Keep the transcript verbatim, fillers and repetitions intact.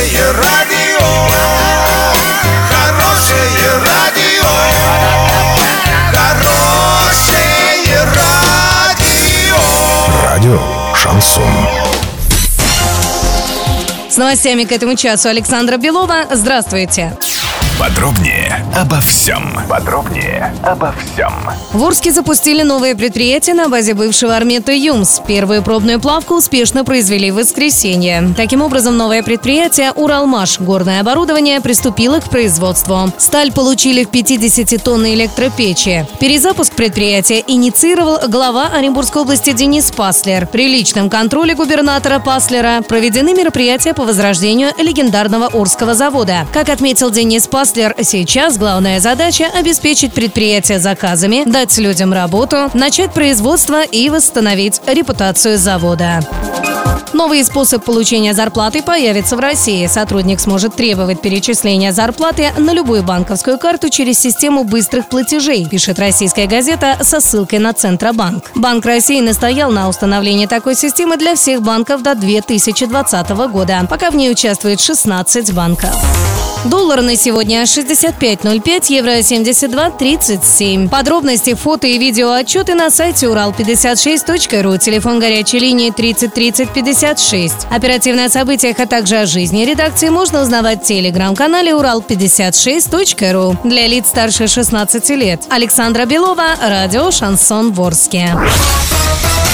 Хорошее радио, хорошее радио, хорошее радио. Радио Шансон. С новостями к этому часу Александра Белова. Здравствуйте. Подробнее обо всем. Подробнее обо всем. В Орске запустили новое предприятие на базе бывшего Армета ЮМС. Первую пробную плавку успешно произвели в воскресенье. Таким образом, новое предприятие «Уралмаш» горное оборудование приступило к производству. Сталь получили в пятьдесят тонн электропечи. Перезапуск предприятия инициировал глава Оренбургской области Денис Паслер. При личном контроле губернатора Паслера проведены мероприятия по возрождению легендарного Орского завода. Как отметил Денис Паслер, сейчас главная задача – обеспечить предприятие заказами, дать людям работу, начать производство и восстановить репутацию завода. Новый способ получения зарплаты появится в России. Сотрудник сможет требовать перечисления зарплаты на любую банковскую карту через систему быстрых платежей, пишет российская газета со ссылкой на Центробанк. Банк России настоял на установлении такой системы для всех банков до две тысячи двадцатого года. Пока в ней участвует шестнадцать банков. Доллар на сегодня шестьдесят пять ноль пять, евро семьдесят два тридцать семь. Подробности, фото и видео отчеты на сайте урал пятьдесят шесть точка ру, телефон горячей линии тридцать тридцать пятьдесят шесть. Оперативно о событиях, а также о жизни редакции можно узнавать в телеграм-канале урал пятьдесят шесть точка ру. Для лиц старше шестнадцати лет. Александра Белова, радио «Шансон» в Орске.